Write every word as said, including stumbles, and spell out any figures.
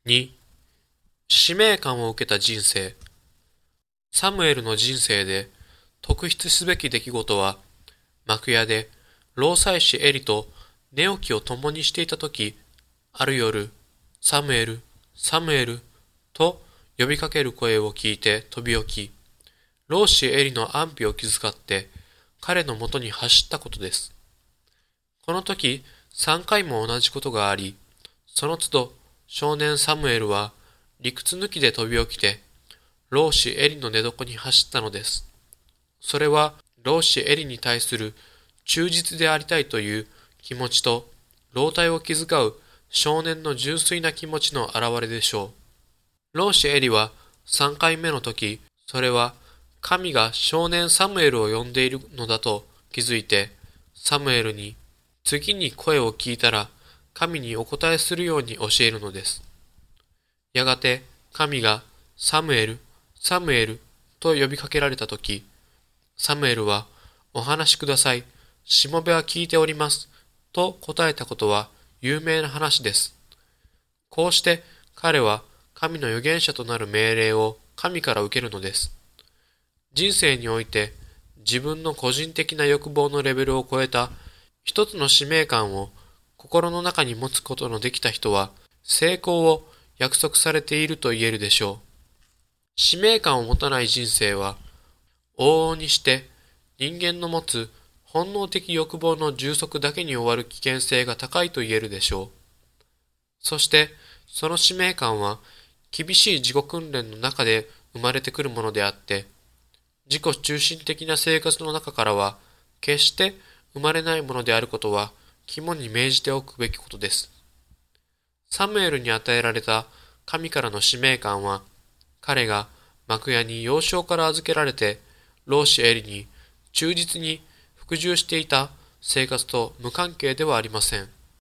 に、使命感を受けた人生。サムエルの人生で特筆すべき出来事は、幕屋で老妻子エリと寝起きを共にしていたとき、ある夜、サムエル、サムエルと呼びかける声を聞いて飛び起き、老子エリの安否を気遣って彼のもとに走ったことです。この時、三回も同じことがあり、その都度少年サムエルは理屈抜きで飛び起きて、老子エリの寝床に走ったのです。それは老子エリに対する忠実でありたいという気持ちと、老体を気遣う少年の純粋な気持ちの表れでしょう。老子エリは三回目の時、それは神が少年サムエルを呼んでいるのだと気づいて、サムエルに次に声を聞いたら神にお答えするように教えるのです。やがて神がサムエル、サムエルと呼びかけられたとき、サムエルはお話しください、しもべは聞いておりますと答えたことは有名な話です。こうして彼は神の預言者となる命令を神から受けるのです。人生において自分の個人的な欲望のレベルを超えた一つの使命感を心の中に持つことのできた人は成功を約束されていると言えるでしょう。使命感を持たない人生は往々にして人間の持つ本能的欲望の充足だけに終わる危険性が高いと言えるでしょう。そしてその使命感は厳しい自己訓練の中で生まれてくるものであって、自己中心的な生活の中からは決して生まれないものであることは肝に銘じておくべきことです。サムエルに与えられた神からの使命感は、彼が幕屋に幼少から預けられて老子エリに忠実に服従していた生活と無関係ではありません。